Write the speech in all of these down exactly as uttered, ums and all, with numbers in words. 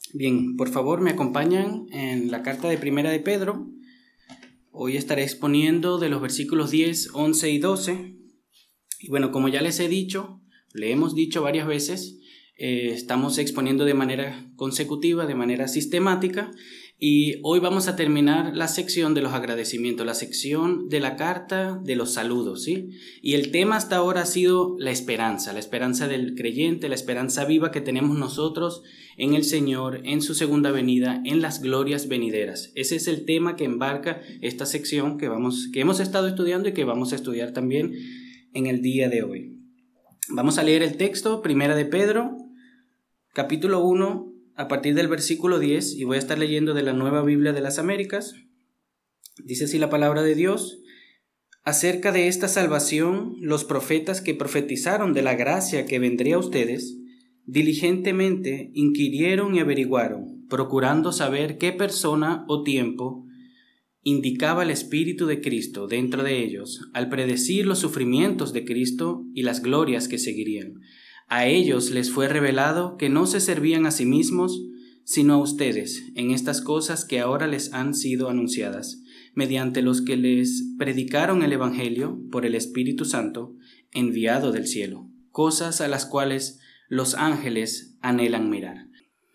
Bien, por favor me acompañan en la carta de Primera de Pedro. Hoy estaré exponiendo de los versículos diez, once y doce. Y bueno, como ya les he dicho, le hemos dicho varias veces, eh, estamos exponiendo de manera consecutiva, de manera sistemática, y hoy vamos a terminar la sección de los agradecimientos, la sección de la carta de los saludos, ¿sí? Y el tema hasta ahora ha sido la esperanza, la esperanza del creyente, la esperanza viva que tenemos nosotros en el Señor, en su segunda venida, en las glorias venideras. Ese es el tema que embarca esta sección que, vamos, que hemos estado estudiando y que vamos a estudiar también en el día de hoy. Vamos a leer el texto, Primera de Pedro, capítulo uno, a partir del versículo diez, y voy a estar leyendo de la Nueva Biblia de las Américas. Dice así la palabra de Dios: acerca de esta salvación, los profetas que profetizaron de la gracia que vendría a ustedes, diligentemente inquirieron y averiguaron, procurando saber qué persona o tiempo indicaba el Espíritu de Cristo dentro de ellos, al predecir los sufrimientos de Cristo y las glorias que seguirían. A ellos les fue revelado que no se servían a sí mismos, sino a ustedes, en estas cosas que ahora les han sido anunciadas, mediante los que les predicaron el Evangelio por el Espíritu Santo, enviado del cielo, cosas a las cuales los ángeles anhelan mirar.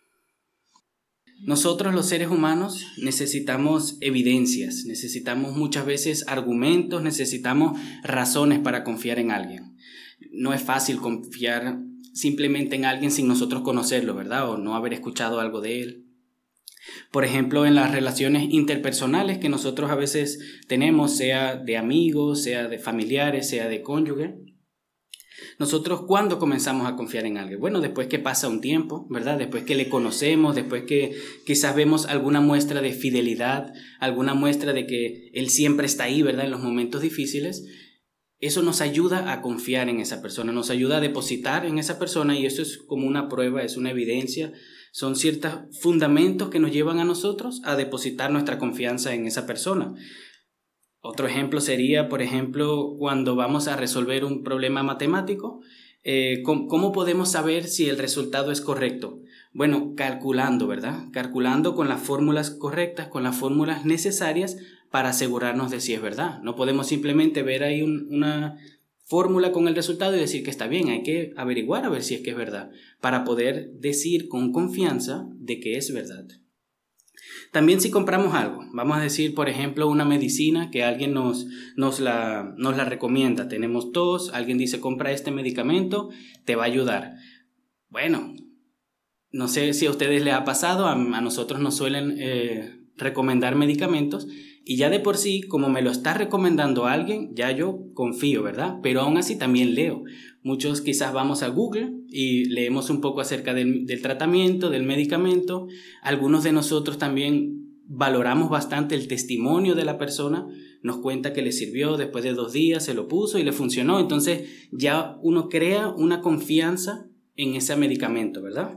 Nosotros los seres humanos necesitamos evidencias, necesitamos muchas veces argumentos, necesitamos razones para confiar en alguien. No es fácil confiar simplemente en alguien sin nosotros conocerlo, ¿verdad? O no haber escuchado algo de él. Por ejemplo, en las relaciones interpersonales que nosotros a veces tenemos, sea de amigos, sea de familiares, sea de cónyuge. Nosotros, ¿cuándo comenzamos a confiar en alguien? Bueno, después que pasa un tiempo, ¿verdad? Después que le conocemos, después que quizás vemos alguna muestra de fidelidad, alguna muestra de que él siempre está ahí, ¿verdad? En los momentos difíciles. Eso nos ayuda a confiar en esa persona, nos ayuda a depositar en esa persona, y eso es como una prueba, es una evidencia. Son ciertos fundamentos que nos llevan a nosotros a depositar nuestra confianza en esa persona. Otro ejemplo sería, por ejemplo, cuando vamos a resolver un problema matemático, eh, ¿cómo, ¿cómo podemos saber si el resultado es correcto? Bueno, calculando, ¿verdad? Calculando con las fórmulas correctas, con las fórmulas necesarias para asegurarnos de si es verdad. No podemos simplemente ver ahí un, una fórmula con el resultado y decir que está bien. Hay que averiguar a ver si es que es verdad, para poder decir con confianza de que es verdad. También si compramos algo, vamos a decir, por ejemplo, una medicina que alguien nos, nos, la, nos la recomienda. Tenemos tos, alguien dice, compra este medicamento, te va a ayudar. Bueno, no sé si a ustedes les ha pasado, a, a nosotros nos suelen eh, recomendar medicamentos, y ya de por sí, como me lo está recomendando alguien, ya yo confío, ¿verdad? Pero aún así también leo. Muchos quizás vamos a Google y leemos un poco acerca del, del tratamiento, del medicamento. Algunos de nosotros también valoramos bastante el testimonio de la persona. Nos cuenta que le sirvió, después de dos días se lo puso y le funcionó. Entonces ya uno crea una confianza en ese medicamento, ¿verdad?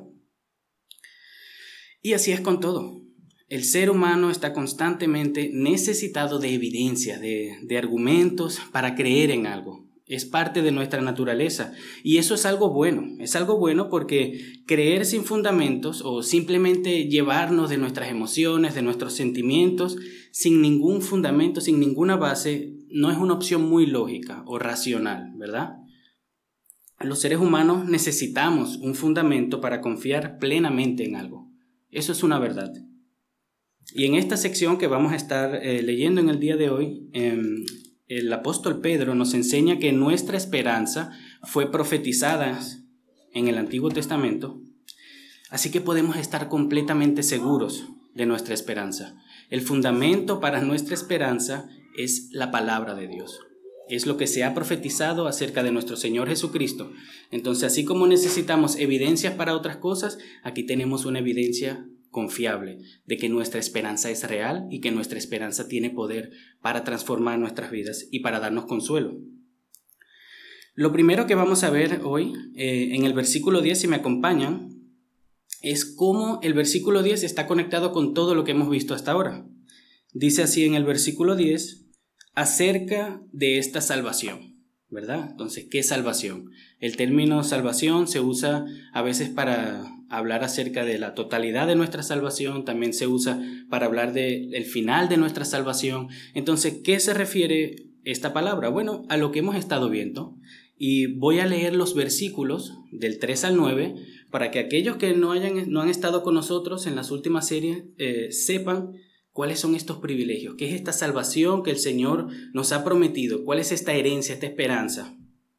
Y así es con todo. El ser humano está constantemente necesitado de evidencias, de, de argumentos para creer en algo. Es parte de nuestra naturaleza, y eso es algo bueno. Es algo bueno porque creer sin fundamentos o simplemente llevarnos de nuestras emociones, de nuestros sentimientos, sin ningún fundamento, sin ninguna base, no es una opción muy lógica o racional, ¿verdad? Los seres humanos necesitamos un fundamento para confiar plenamente en algo. Eso es una verdad. Y en esta sección que vamos a estar eh, leyendo en el día de hoy, eh, el apóstol Pedro nos enseña que nuestra esperanza fue profetizada en el Antiguo Testamento, así que podemos estar completamente seguros de nuestra esperanza. El fundamento para nuestra esperanza es la palabra de Dios. Es lo que se ha profetizado acerca de nuestro Señor Jesucristo. Entonces, así como necesitamos evidencias para otras cosas, aquí tenemos una evidencia confiable de que nuestra esperanza es real y que nuestra esperanza tiene poder para transformar nuestras vidas y para darnos consuelo. Lo primero que vamos a ver hoy, eh, en el versículo diez, si me acompañan, es cómo el versículo diez está conectado con todo lo que hemos visto hasta ahora. Dice así en el versículo diez, acerca de esta salvación, ¿verdad? Entonces, ¿qué salvación? El término salvación se usa a veces para hablar acerca de la totalidad de nuestra salvación, también se usa para hablar del final de nuestra salvación. Entonces, ¿qué se refiere esta palabra? Bueno, a lo que hemos estado viendo. Y voy a leer los versículos del tres al nueve para que aquellos que no, hayan, no han estado con nosotros en las últimas series eh, sepan cuáles son estos privilegios, qué es esta salvación que el Señor nos ha prometido, cuál es esta herencia, esta esperanza.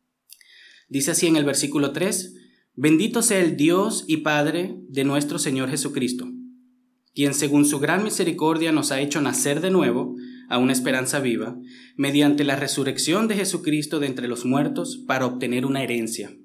Dice así en el versículo tres: Bendito sea el Dios y Padre de nuestro Señor Jesucristo, quien según su gran misericordia nos ha hecho nacer de nuevo a una esperanza viva, mediante la resurrección de Jesucristo de entre los muertos, para obtener una herencia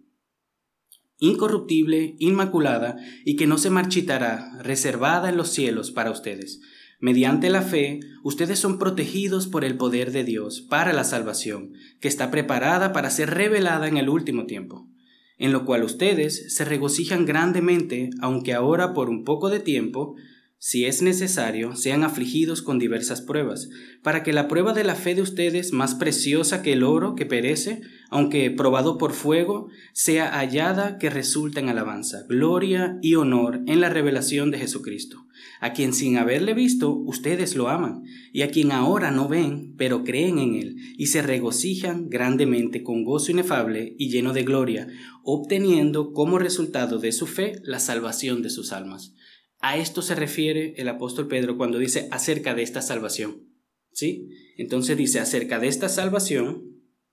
incorruptible, inmaculada, y que no se marchitará, reservada en los cielos para ustedes. Mediante la fe, ustedes son protegidos por el poder de Dios para la salvación, que está preparada para ser revelada en el último tiempo, en lo cual ustedes se regocijan grandemente, aunque ahora por un poco de tiempo, si es necesario, sean afligidos con diversas pruebas, para que la prueba de la fe de ustedes, más preciosa que el oro que perece, aunque probado por fuego, sea hallada que resulta en alabanza, gloria y honor en la revelación de Jesucristo, a quien sin haberle visto, ustedes lo aman, y a quien ahora no ven, pero creen en él, y se regocijan grandemente con gozo inefable y lleno de gloria, obteniendo como resultado de su fe la salvación de sus almas. A esto se refiere el apóstol Pedro cuando dice acerca de esta salvación, ¿sí? Entonces dice acerca de esta salvación,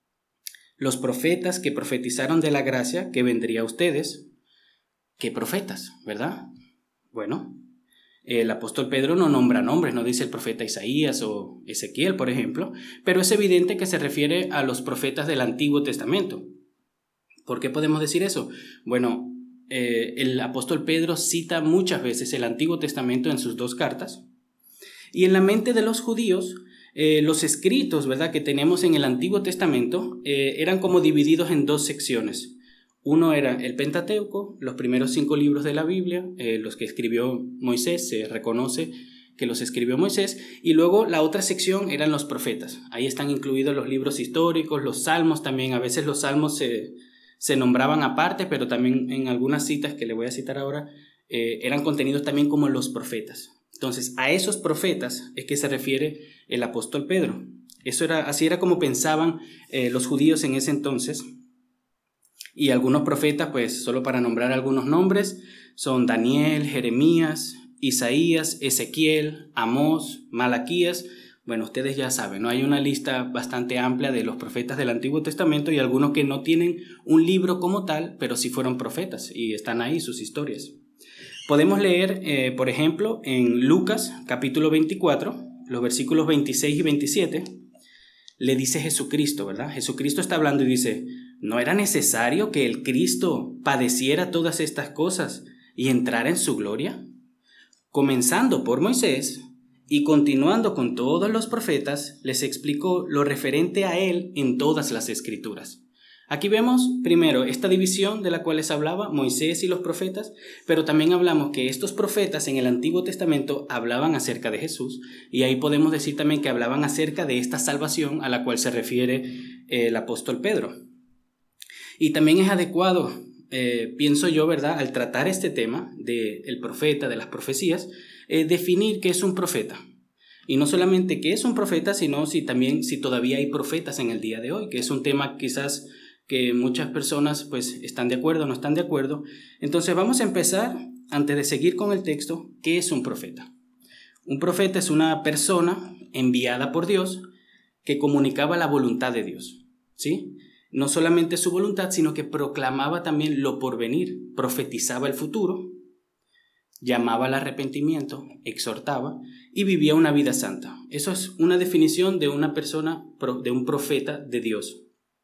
los profetas que profetizaron de la gracia que vendría a ustedes. ¿Qué profetas, verdad? Bueno, el apóstol Pedro no nombra nombres, no dice el profeta Isaías o Ezequiel, por ejemplo, pero es evidente que se refiere a los profetas del Antiguo Testamento. ¿Por qué podemos decir eso? Bueno, Eh, el apóstol Pedro cita muchas veces el Antiguo Testamento en sus dos cartas, y en la mente de los judíos eh, los escritos, ¿verdad?, que tenemos en el Antiguo Testamento eh, eran como divididos en dos secciones. Uno era el Pentateuco, los primeros cinco libros de la Biblia, eh, los que escribió Moisés, se reconoce que los escribió Moisés, y luego la otra sección eran los profetas. Ahí están incluidos los libros históricos, los salmos también. A veces los salmos se se nombraban aparte, pero también en algunas citas que le voy a citar ahora, eh, eran contenidos también como los profetas. Entonces, a esos profetas es que se refiere el apóstol Pedro. Eso era, así era como pensaban eh, los judíos en ese entonces. Y algunos profetas, pues solo para nombrar algunos nombres, son Daniel, Jeremías, Isaías, Ezequiel, Amós, Malaquías. Bueno, ustedes ya saben, ¿no? Hay una lista bastante amplia de los profetas del Antiguo Testamento y algunos que no tienen un libro como tal, pero sí fueron profetas y están ahí sus historias. Podemos leer, eh, por ejemplo, en Lucas capítulo veinticuatro, los versículos veintiséis y veintisiete, le dice Jesucristo, ¿verdad? Jesucristo está hablando y dice: ¿no era necesario que el Cristo padeciera todas estas cosas y entrara en su gloria? Comenzando por Moisés y continuando con todos los profetas, les explicó lo referente a él en todas las escrituras. Aquí vemos primero esta división de la cual les hablaba, Moisés y los profetas, pero también hablamos que estos profetas en el Antiguo Testamento hablaban acerca de Jesús, y ahí podemos decir también que hablaban acerca de esta salvación a la cual se refiere el apóstol Pedro. Y también es adecuado, eh, pienso yo, ¿verdad?, al tratar este tema del profeta, de las profecías, eh, definir qué es un profeta. Y no solamente qué es un profeta, sino si también si todavía hay profetas en el día de hoy, que es un tema quizás que muchas personas pues están de acuerdo o no están de acuerdo. Entonces vamos a empezar, antes de seguir con el texto, ¿qué es un profeta? Un profeta es una persona enviada por Dios que comunicaba la voluntad de Dios, ¿sí? No solamente su voluntad, sino que proclamaba también lo porvenir, profetizaba el futuro, llamaba al arrepentimiento, exhortaba y vivía una vida santa. Eso es una definición de una persona, de un profeta de Dios.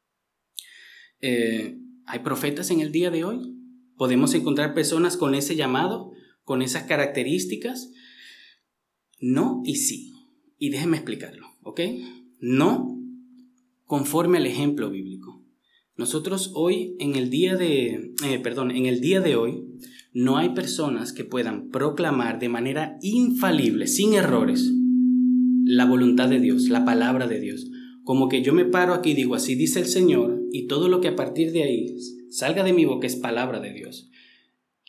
Eh, ¿Hay profetas en el día de hoy? ¿Podemos encontrar personas con ese llamado, con esas características? No y sí. Y déjenme explicarlo, ¿ok? No conforme al ejemplo bíblico. Nosotros hoy, en el día de, eh, perdón, en el día de hoy, no hay personas que puedan proclamar de manera infalible, sin errores, la voluntad de Dios, la palabra de Dios. Como que yo me paro aquí y digo, así dice el Señor, y todo lo que a partir de ahí salga de mi boca es palabra de Dios.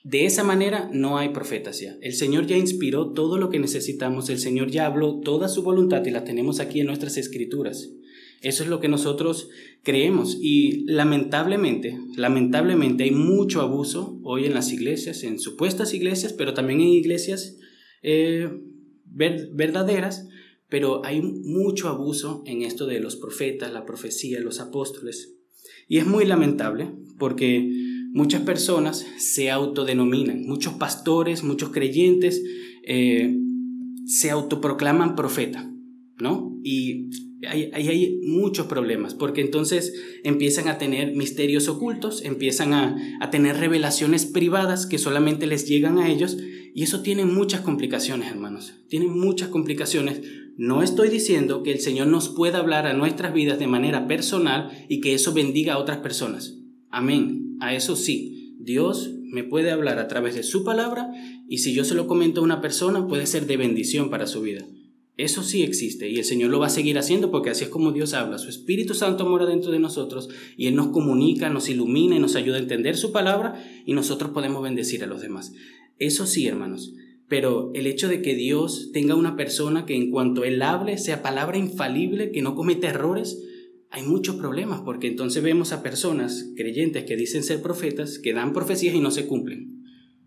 De esa manera no hay profetas ya. El Señor ya inspiró todo lo que necesitamos, el Señor ya habló toda su voluntad y la tenemos aquí en nuestras escrituras. Eso es lo que nosotros creemos y lamentablemente, lamentablemente hay mucho abuso hoy en las iglesias, en supuestas iglesias, pero también en iglesias eh, ver, verdaderas, pero hay mucho abuso en esto de los profetas, la profecía, los apóstoles. Y es muy lamentable porque muchas personas se autodenominan, muchos pastores, muchos creyentes eh, se autoproclaman profeta, ¿no? Y Ahí hay, hay muchos problemas, porque entonces empiezan a tener misterios ocultos, empiezan a, a tener revelaciones privadas que solamente les llegan a ellos, y eso tiene muchas complicaciones, hermanos, tiene muchas complicaciones. No estoy diciendo que el Señor nos pueda hablar a nuestras vidas de manera personal y que eso bendiga a otras personas. Amén, a eso sí, Dios me puede hablar a través de su palabra, y si yo se lo comento a una persona, puede ser de bendición para su vida. Eso sí existe y el Señor lo va a seguir haciendo porque así es como Dios habla. Su Espíritu Santo mora dentro de nosotros y Él nos comunica, nos ilumina y nos ayuda a entender su palabra y nosotros podemos bendecir a los demás. Eso sí, hermanos, pero el hecho de que Dios tenga una persona que en cuanto Él hable sea palabra infalible, que no cometa errores, hay muchos problemas porque entonces vemos a personas creyentes que dicen ser profetas, que dan profecías y no se cumplen.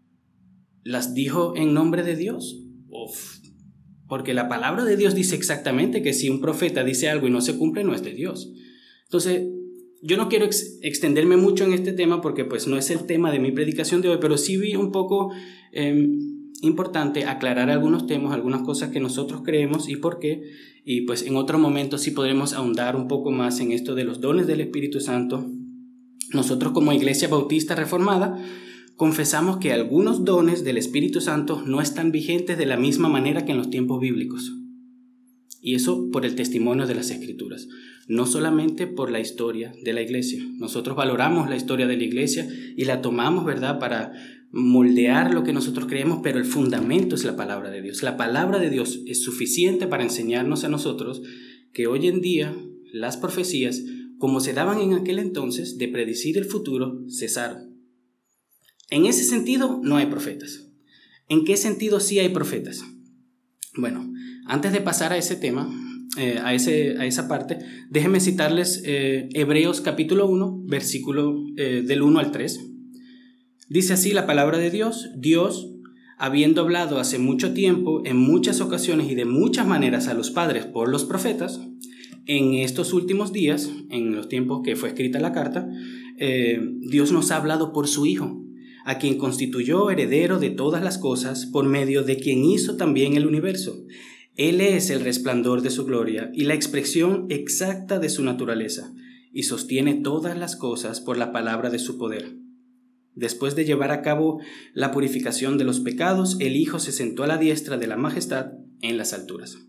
¿Las dijo en nombre de Dios? Uf. Porque la palabra de Dios dice exactamente que si un profeta dice algo y no se cumple, no es de Dios. Entonces, yo no quiero ex- extenderme mucho en este tema porque pues no es el tema de mi predicación de hoy, pero sí vi un poco eh, importante aclarar algunos temas, algunas cosas que nosotros creemos y por qué. Y pues en otro momento sí podremos ahondar un poco más en esto de los dones del Espíritu Santo. Nosotros como Iglesia Bautista Reformada confesamos que algunos dones del Espíritu Santo no están vigentes de la misma manera que en los tiempos bíblicos. Y eso por el testimonio de las Escrituras, no solamente por la historia de la iglesia. Nosotros valoramos la historia de la iglesia y la tomamos, ¿verdad?, para moldear lo que nosotros creemos, pero el fundamento es la palabra de Dios. La palabra de Dios es suficiente para enseñarnos a nosotros que hoy en día las profecías, como se daban en aquel entonces, de predecir el futuro, cesaron. En ese sentido, no hay profetas. ¿En qué sentido sí hay profetas? Bueno, antes de pasar a ese tema, eh, a, ese, a esa parte, déjenme citarles eh, Hebreos capítulo uno, versículo eh, del uno al tres. Dice así la palabra de Dios: Dios, habiendo hablado hace mucho tiempo, en muchas ocasiones y de muchas maneras a los padres por los profetas, en estos últimos días, en los tiempos que fue escrita la carta, eh, Dios nos ha hablado por su Hijo, a quien constituyó heredero de todas las cosas, por medio de quien hizo también el universo. Él es el resplandor de su gloria y la expresión exacta de su naturaleza, y sostiene todas las cosas por la palabra de su poder. Después de llevar a cabo la purificación de los pecados, el Hijo se sentó a la diestra de la majestad en las alturas.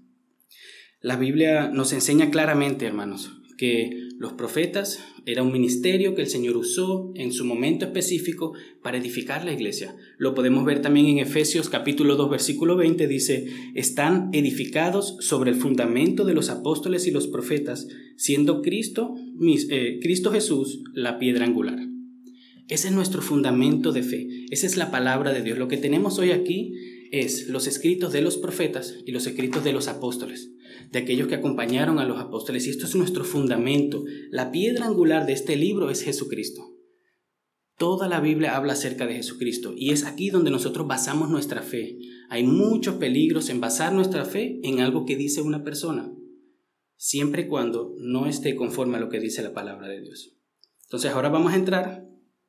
La Biblia nos enseña claramente, hermanos, que los profetas era un ministerio que el Señor usó en su momento específico para edificar la iglesia. Lo podemos ver también en Efesios capítulo dos, versículo veinte, dice: están edificados sobre el fundamento de los apóstoles y los profetas, siendo Cristo, eh, Cristo Jesús la piedra angular. Ese es nuestro fundamento de fe, esa es la palabra de Dios. Lo que tenemos hoy aquí es los escritos de los profetas y los escritos de los apóstoles, de aquellos que acompañaron a los apóstoles, y esto es nuestro fundamento. La piedra angular de este libro es Jesucristo. Toda la Biblia habla acerca de Jesucristo y es aquí donde nosotros basamos nuestra fe. Hay muchos peligros en basar nuestra fe en algo que dice una persona, siempre y cuando no esté conforme a lo que dice la palabra de Dios. Entonces ahora vamos a entrar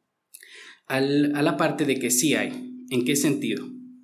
al, a la parte de que sí hay. ¿En qué sentido?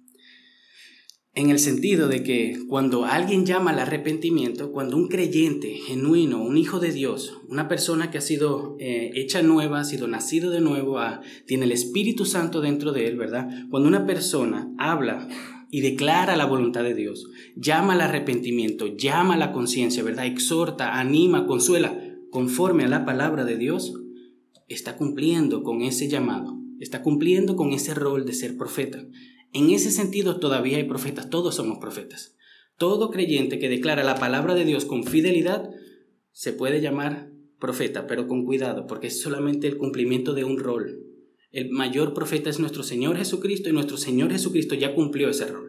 En el sentido de que cuando alguien llama al arrepentimiento, cuando un creyente genuino, un hijo de Dios, una persona que ha sido eh, hecha nueva, ha sido nacido de nuevo, ha, tiene el Espíritu Santo dentro de él, ¿verdad? Cuando una persona habla y declara la voluntad de Dios, llama al arrepentimiento, llama a la conciencia, ¿verdad? Exhorta, anima, consuela, conforme a la palabra de Dios, está cumpliendo con ese llamado, está cumpliendo con ese rol de ser profeta. En ese sentido todavía hay profetas, todos somos profetas. Todo creyente que declara la palabra de Dios con fidelidad se puede llamar profeta, pero con cuidado, porque es solamente el cumplimiento de un rol. El mayor profeta es nuestro Señor Jesucristo y nuestro Señor Jesucristo ya cumplió ese rol.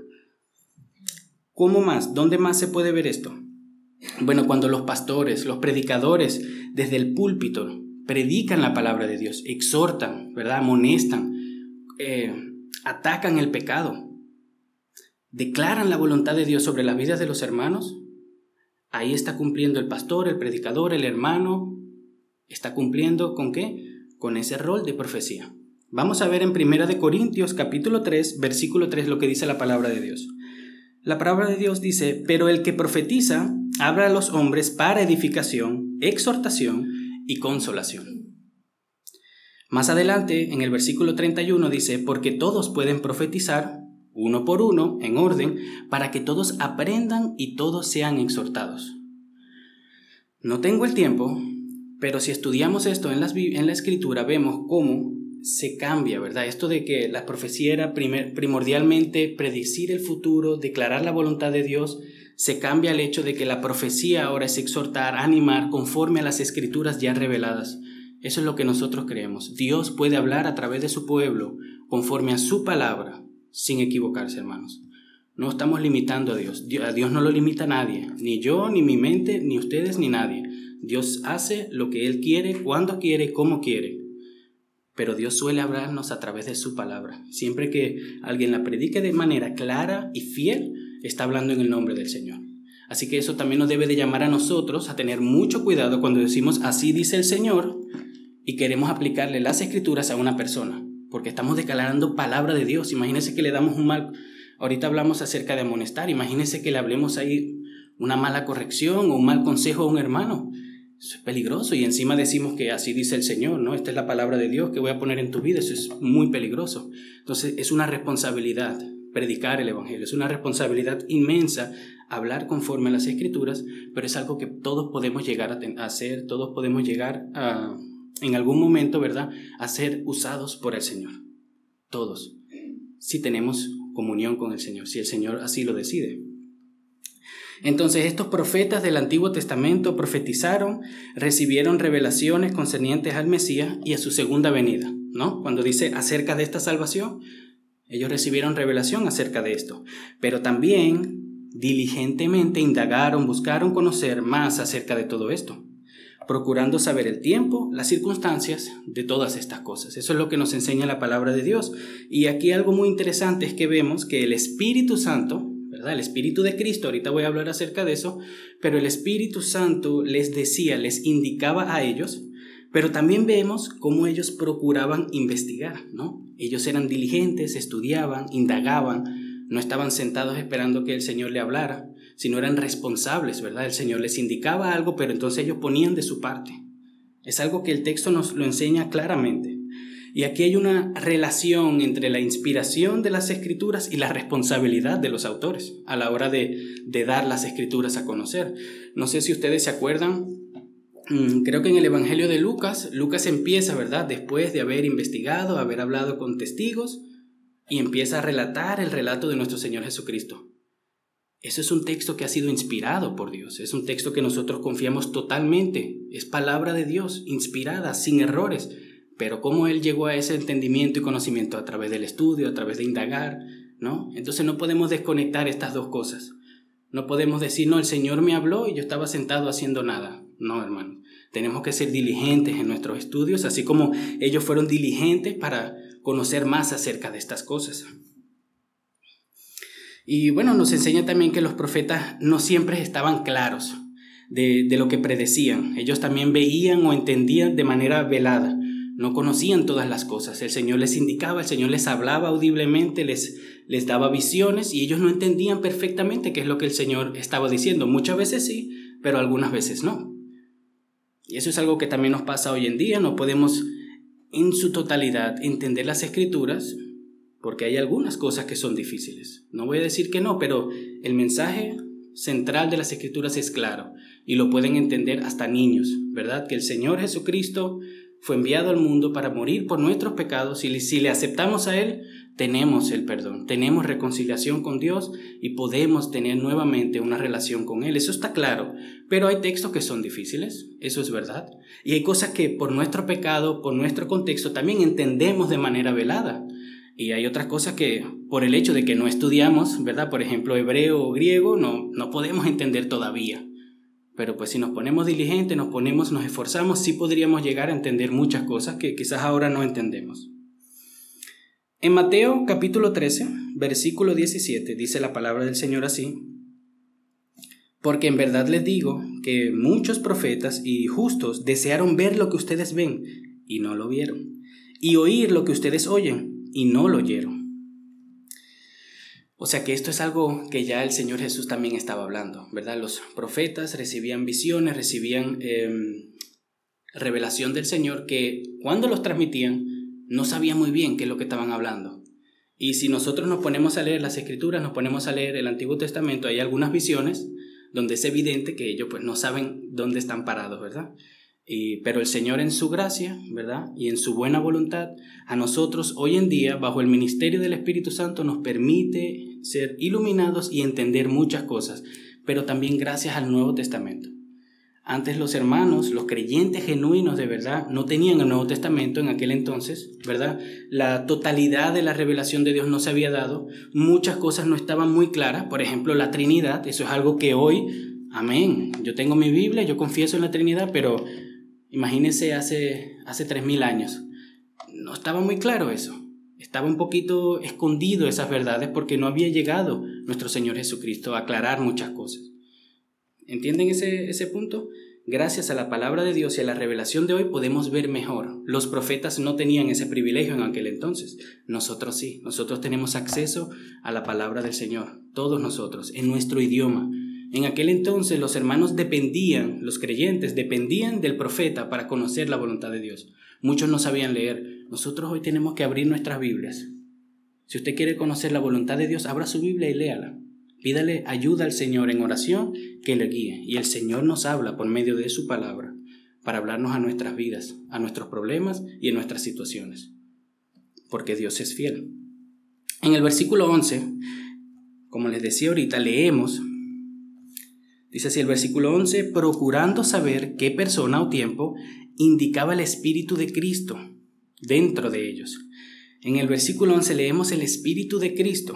¿Cómo más? ¿Dónde más se puede ver esto? Bueno, cuando los pastores, los predicadores, desde el púlpito, predican la palabra de Dios, exhortan, ¿verdad? Amonestan, eh, atacan el pecado, declaran la voluntad de Dios sobre las vidas de los hermanos, ahí está cumpliendo el pastor, el predicador, el hermano, está cumpliendo ¿con qué? Con ese rol de profecía. Vamos a ver en Primera de Corintios, capítulo tres, versículo tres, lo que dice la palabra de Dios. La palabra de Dios dice: pero el que profetiza habla a los hombres para edificación, exhortación y consolación. Más adelante, en el versículo treinta y uno dice: porque todos pueden profetizar, uno por uno, en orden, para que todos aprendan y todos sean exhortados. No tengo el tiempo, pero si estudiamos esto en, las, en la Escritura, vemos cómo se cambia, ¿verdad? Esto de que la profecía era primer, primordialmente predecir el futuro, declarar la voluntad de Dios, se cambia el hecho de que la profecía ahora es exhortar, animar, conforme a las Escrituras ya reveladas. Eso es lo que nosotros creemos. Dios puede hablar a través de su pueblo, conforme a su palabra, sin equivocarse, hermanos. No estamos limitando a Dios. A Dios no lo limita nadie, ni yo, ni mi mente, ni ustedes, ni nadie. Dios hace lo que Él quiere, cuando quiere, cómo quiere. Pero Dios suele hablarnos a través de su palabra. Siempre que alguien la predique de manera clara y fiel, está hablando en el nombre del Señor. Así que eso también nos debe de llamar a nosotros a tener mucho cuidado cuando decimos así dice el Señor y queremos aplicarle las Escrituras a una persona, porque estamos declarando palabra de Dios. Imagínense que le damos un mal... Ahorita hablamos acerca de amonestar. Imagínense que le hablemos ahí una mala corrección o un mal consejo a un hermano. Eso es peligroso, y encima decimos que así dice el Señor, ¿no? Esta es la palabra de Dios que voy a poner en tu vida. Eso es muy peligroso. Entonces es una responsabilidad predicar el Evangelio, es una responsabilidad inmensa hablar conforme a las Escrituras, pero es algo que todos podemos llegar a, ten- a hacer, todos podemos llegar a, en algún momento, ¿verdad?, a ser usados por el Señor. Todos, si tenemos comunión con el Señor, si el Señor así lo decide. Entonces estos profetas del Antiguo Testamento profetizaron, recibieron revelaciones concernientes al Mesías y a su segunda venida, ¿no? Cuando dice acerca de esta salvación, ellos recibieron revelación acerca de esto, pero también diligentemente indagaron, buscaron conocer más acerca de todo esto, procurando saber el tiempo, las circunstancias de todas estas cosas. Eso es lo que nos enseña la palabra de Dios. Y aquí algo muy interesante es que vemos que el Espíritu Santo, ¿verdad?, el Espíritu de Cristo, ahorita voy a hablar acerca de eso, pero el Espíritu Santo les decía, les indicaba a ellos, pero también vemos cómo ellos procuraban investigar, ¿no? Ellos eran diligentes, estudiaban, indagaban, no estaban sentados esperando que el Señor le hablara, sino eran responsables, ¿verdad? El Señor les indicaba algo, pero entonces ellos ponían de su parte. Es algo que el texto nos lo enseña claramente. Y aquí hay una relación entre la inspiración de las Escrituras y la responsabilidad de los autores a la hora de, de dar las Escrituras a conocer. No sé si ustedes se acuerdan, creo que en el Evangelio de Lucas, Lucas empieza, ¿verdad?, después de haber investigado, haber hablado con testigos, y empieza a relatar el relato de nuestro Señor Jesucristo. Eso es un texto que ha sido inspirado por Dios, es un texto que nosotros confiamos totalmente, es palabra de Dios, inspirada, sin errores, pero cómo Él llegó a ese entendimiento y conocimiento a través del estudio, a través de indagar, ¿no? Entonces no podemos desconectar estas dos cosas. No podemos decir, no, el Señor me habló y yo estaba sentado haciendo nada. No, hermano. Tenemos que ser diligentes en nuestros estudios, así como ellos fueron diligentes para conocer más acerca de estas cosas. Y bueno, nos enseña también que los profetas no siempre estaban claros de, de lo que predecían. Ellos también veían o entendían de manera velada. No conocían todas las cosas. El Señor les indicaba, el Señor les hablaba audiblemente, les, les daba visiones, y ellos no entendían perfectamente qué es lo que el Señor estaba diciendo. Muchas veces sí, pero algunas veces no. Y eso es algo que también nos pasa hoy en día. No podemos en su totalidad entender las Escrituras porque hay algunas cosas que son difíciles. No voy a decir que no, pero el mensaje central de las Escrituras es claro y lo pueden entender hasta niños, ¿verdad? Que el Señor Jesucristo fue enviado al mundo para morir por nuestros pecados, y si le aceptamos a Él, tenemos el perdón, tenemos reconciliación con Dios y podemos tener nuevamente una relación con Él. Eso está claro, pero hay textos que son difíciles, eso es verdad. Y hay cosas que por nuestro pecado, por nuestro contexto, también entendemos de manera velada. Y hay otras cosas que por el hecho de que no estudiamos, ¿verdad? Por ejemplo, hebreo o griego, no, no podemos entender todavía. Pero pues si nos ponemos diligentes, nos ponemos, nos esforzamos, sí podríamos llegar a entender muchas cosas que quizás ahora no entendemos. En Mateo capítulo trece, versículo diecisiete, dice la palabra del Señor así: porque en verdad les digo que muchos profetas y justos desearon ver lo que ustedes ven y no lo vieron, y oír lo que ustedes oyen y no lo oyeron. O sea que esto es algo que ya el Señor Jesús también estaba hablando, ¿verdad? Los profetas recibían visiones, recibían eh, revelación del Señor que cuando los transmitían no sabían muy bien qué es lo que estaban hablando. Y si nosotros nos ponemos a leer las Escrituras, nos ponemos a leer el Antiguo Testamento, hay algunas visiones donde es evidente que ellos pues no saben dónde están parados, ¿verdad? Y, pero el Señor en su gracia, ¿verdad? Y en su buena voluntad, a nosotros hoy en día, bajo el ministerio del Espíritu Santo, nos permite ser iluminados y entender muchas cosas, pero también gracias al Nuevo Testamento. Antes los hermanos, los creyentes genuinos de verdad, no tenían el Nuevo Testamento en aquel entonces, ¿verdad? La totalidad de la revelación de Dios no se había dado, muchas cosas no estaban muy claras, por ejemplo la Trinidad, eso es algo que hoy, amén, yo tengo mi Biblia, yo confieso en la Trinidad, pero imagínense hace, hace tres mil años, no estaba muy claro eso, estaba un poquito escondido esas verdades porque no había llegado nuestro Señor Jesucristo a aclarar muchas cosas. ¿Entienden ese, ese punto? Gracias a la palabra de Dios y a la revelación de hoy podemos ver mejor. Los profetas no tenían ese privilegio en aquel entonces. Nosotros sí. Nosotros tenemos acceso a la palabra del Señor. Todos nosotros, en nuestro idioma. En aquel entonces los hermanos dependían, los creyentes dependían del profeta para conocer la voluntad de Dios. Muchos no sabían leer. Nosotros hoy tenemos que abrir nuestras Biblias. Si usted quiere conocer la voluntad de Dios, abra su Biblia y léala. Pídale ayuda al Señor en oración que le guíe. Y el Señor nos habla por medio de su palabra para hablarnos a nuestras vidas, a nuestros problemas y a nuestras situaciones. Porque Dios es fiel. En el versículo once, como les decía ahorita, leemos, dice así el versículo once, procurando saber qué persona o tiempo indicaba el Espíritu de Cristo dentro de ellos. En el versículo once leemos el Espíritu de Cristo,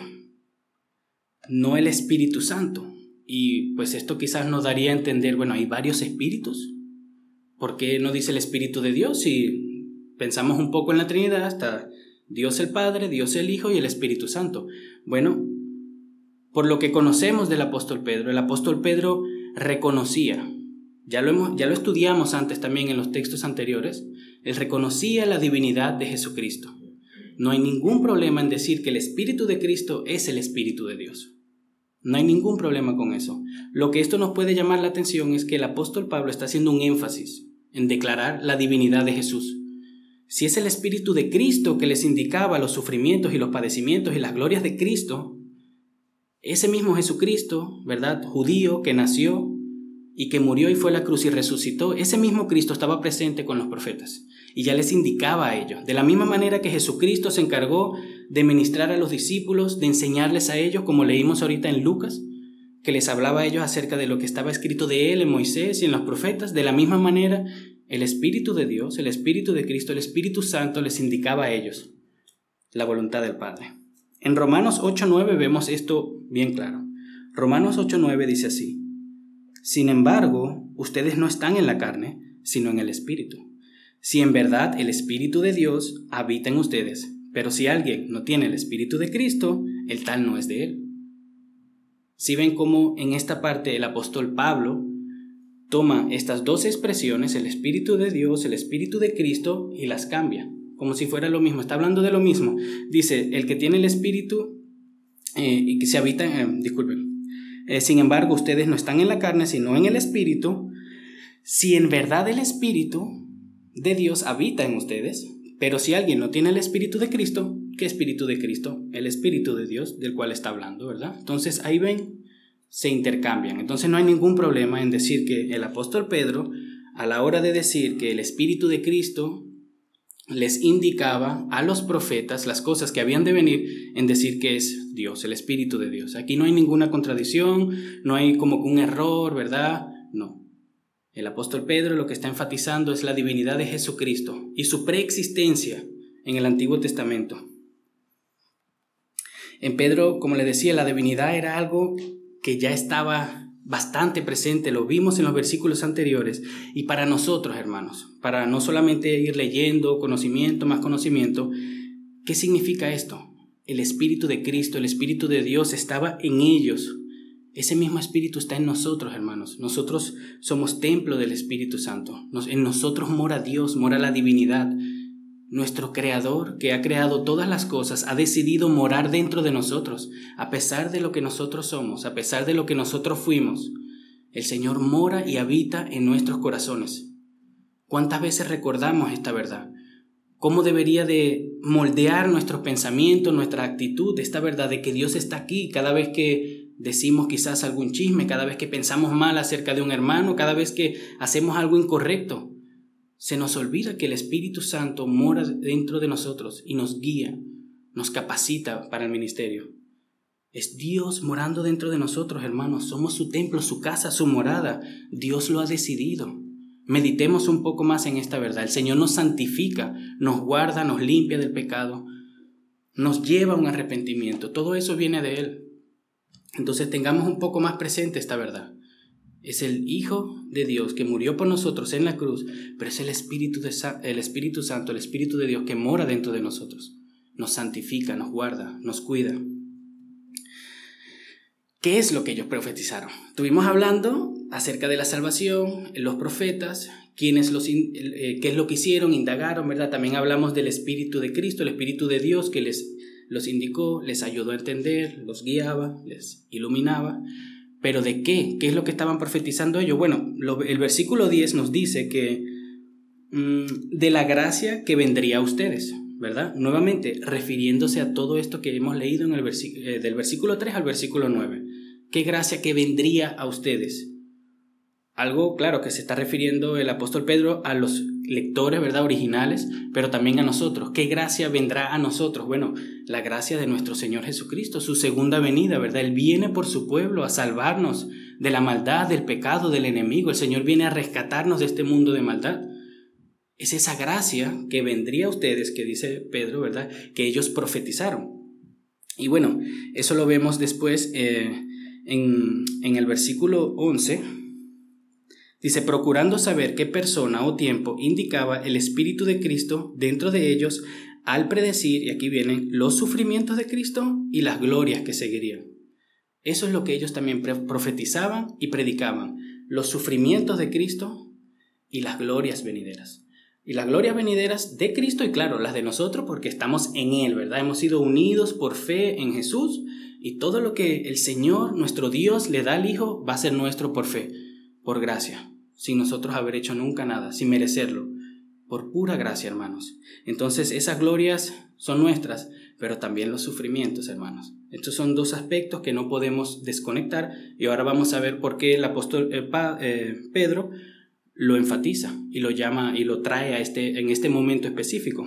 no el Espíritu Santo. Y pues esto quizás nos daría a entender, bueno, hay varios espíritus. ¿Por qué no dice el Espíritu de Dios? Si pensamos un poco en la Trinidad, está Dios el Padre, Dios el Hijo y el Espíritu Santo. Bueno, por lo que conocemos del apóstol Pedro, el apóstol Pedro reconocía, ya lo, hemos, ya lo estudiamos antes también en los textos anteriores, él reconocía la divinidad de Jesucristo. No hay ningún problema en decir que el Espíritu de Cristo es el Espíritu de Dios. No hay ningún problema con eso. Lo que esto nos puede llamar la atención es que el apóstol Pablo está haciendo un énfasis en declarar la divinidad de Jesús. Si es el Espíritu de Cristo que les indicaba los sufrimientos y los padecimientos y las glorias de Cristo, ese mismo Jesucristo, ¿verdad? Judío que nació y que murió y fue a la cruz y resucitó, ese mismo Cristo estaba presente con los profetas y ya les indicaba a ellos. De la misma manera que Jesucristo se encargó de ministrar a los discípulos, de enseñarles a ellos, como leímos ahorita en Lucas, que les hablaba a ellos acerca de lo que estaba escrito de él en Moisés y en los profetas, de la misma manera el Espíritu de Dios, el Espíritu de Cristo, el Espíritu Santo les indicaba a ellos la voluntad del Padre. En Romanos ocho nueve vemos esto bien claro. Romanos ocho nueve dice así: sin embargo, ustedes no están en la carne, sino en el Espíritu. Si en verdad el Espíritu de Dios habita en ustedes, pero si alguien no tiene el Espíritu de Cristo, el tal no es de él. Si ven cómo en esta parte el apóstol Pablo toma estas dos expresiones, el Espíritu de Dios, el Espíritu de Cristo, y las cambia, como si fuera lo mismo. Está hablando de lo mismo. Dice, el que tiene el Espíritu eh, y que se habita, eh, disculpen, eh, sin embargo, ustedes no están en la carne, sino en el Espíritu. Si en verdad el Espíritu de Dios habita en ustedes, pero si alguien no tiene el Espíritu de Cristo, ¿qué Espíritu de Cristo? El Espíritu de Dios del cual está hablando, ¿verdad? Entonces ahí ven, se intercambian. Entonces no hay ningún problema en decir que el apóstol Pedro, a la hora de decir que el Espíritu de Cristo les indicaba a los profetas las cosas que habían de venir en decir que es Dios, el Espíritu de Dios. Aquí no hay ninguna contradicción, no hay como un error, ¿verdad? No. El apóstol Pedro lo que está enfatizando es la divinidad de Jesucristo y su preexistencia en el Antiguo Testamento. En Pedro, como le decía, la divinidad era algo que ya estaba bastante presente, lo vimos en los versículos anteriores, y para nosotros, hermanos, para no solamente ir leyendo conocimiento, más conocimiento, ¿qué significa esto? El Espíritu de Cristo, el Espíritu de Dios estaba en ellos. Ese mismo Espíritu está en nosotros, hermanos. Nosotros somos templo del Espíritu Santo. Nos, en nosotros mora Dios, mora la divinidad. Nuestro Creador, que ha creado todas las cosas, ha decidido morar dentro de nosotros, a pesar de lo que nosotros somos, a pesar de lo que nosotros fuimos. El Señor mora y habita en nuestros corazones. ¿Cuántas veces recordamos esta verdad? ¿Cómo debería de moldear nuestros pensamientos, nuestra actitud, esta verdad de que Dios está aquí cada vez que decimos quizás algún chisme, cada vez que pensamos mal acerca de un hermano, cada vez que hacemos algo incorrecto? Se nos olvida que el Espíritu Santo mora dentro de nosotros y nos guía, nos capacita para el ministerio. Es Dios morando dentro de nosotros, hermanos. Somos su templo, su casa, su morada. Dios lo ha decidido. Meditemos un poco más en esta verdad. El Señor nos santifica, nos guarda, nos limpia del pecado, nos lleva a un arrepentimiento. Todo eso viene de Él. Entonces tengamos un poco más presente esta verdad. Es el Hijo de Dios que murió por nosotros en la cruz, pero es el Espíritu, de, el Espíritu Santo, el Espíritu de Dios que mora dentro de nosotros. Nos santifica, nos guarda, nos cuida. ¿Qué es lo que ellos profetizaron? Estuvimos hablando acerca de la salvación, los profetas, quienes los, eh, qué es lo que hicieron, indagaron, ¿verdad? También hablamos del Espíritu de Cristo, el Espíritu de Dios que les los indicó, les ayudó a entender, los guiaba, les iluminaba. ¿Pero de qué? ¿Qué es lo que estaban profetizando ellos? Bueno, lo, el versículo diez nos dice que mmm, de la gracia que vendría a ustedes, ¿verdad? Nuevamente, refiriéndose a todo esto que hemos leído en el versi- eh, del versículo tres al versículo nueve. ¿Qué gracia que vendría a ustedes? Algo, claro, que se está refiriendo el apóstol Pedro a los lectores, ¿verdad?, originales, pero también a nosotros. ¿Qué gracia vendrá a nosotros? Bueno, la gracia de nuestro Señor Jesucristo, su segunda venida, ¿verdad? Él viene por su pueblo a salvarnos de la maldad, del pecado, del enemigo. El Señor viene a rescatarnos de este mundo de maldad. Es esa gracia que vendría a ustedes, que dice Pedro, ¿verdad?, que ellos profetizaron. Y bueno, eso lo vemos después eh, en, en el versículo once. Dice, procurando saber qué persona o tiempo indicaba el Espíritu de Cristo dentro de ellos al predecir, y aquí vienen, los sufrimientos de Cristo y las glorias que seguirían. Eso es lo que ellos también profetizaban y predicaban, los sufrimientos de Cristo y las glorias venideras. Y las glorias venideras de Cristo y claro, las de nosotros porque estamos en Él, ¿verdad? Hemos sido unidos por fe en Jesús y todo lo que el Señor, nuestro Dios, le da al Hijo va a ser nuestro por fe, por gracia. Sin nosotros haber hecho nunca nada, sin merecerlo, por pura gracia, hermanos. Entonces esas glorias son nuestras, pero también los sufrimientos, hermanos. Estos son dos aspectos que no podemos desconectar y ahora vamos a ver por qué el apóstol eh, pa, eh, Pedro lo enfatiza y lo llama y lo trae a este, en este momento específico.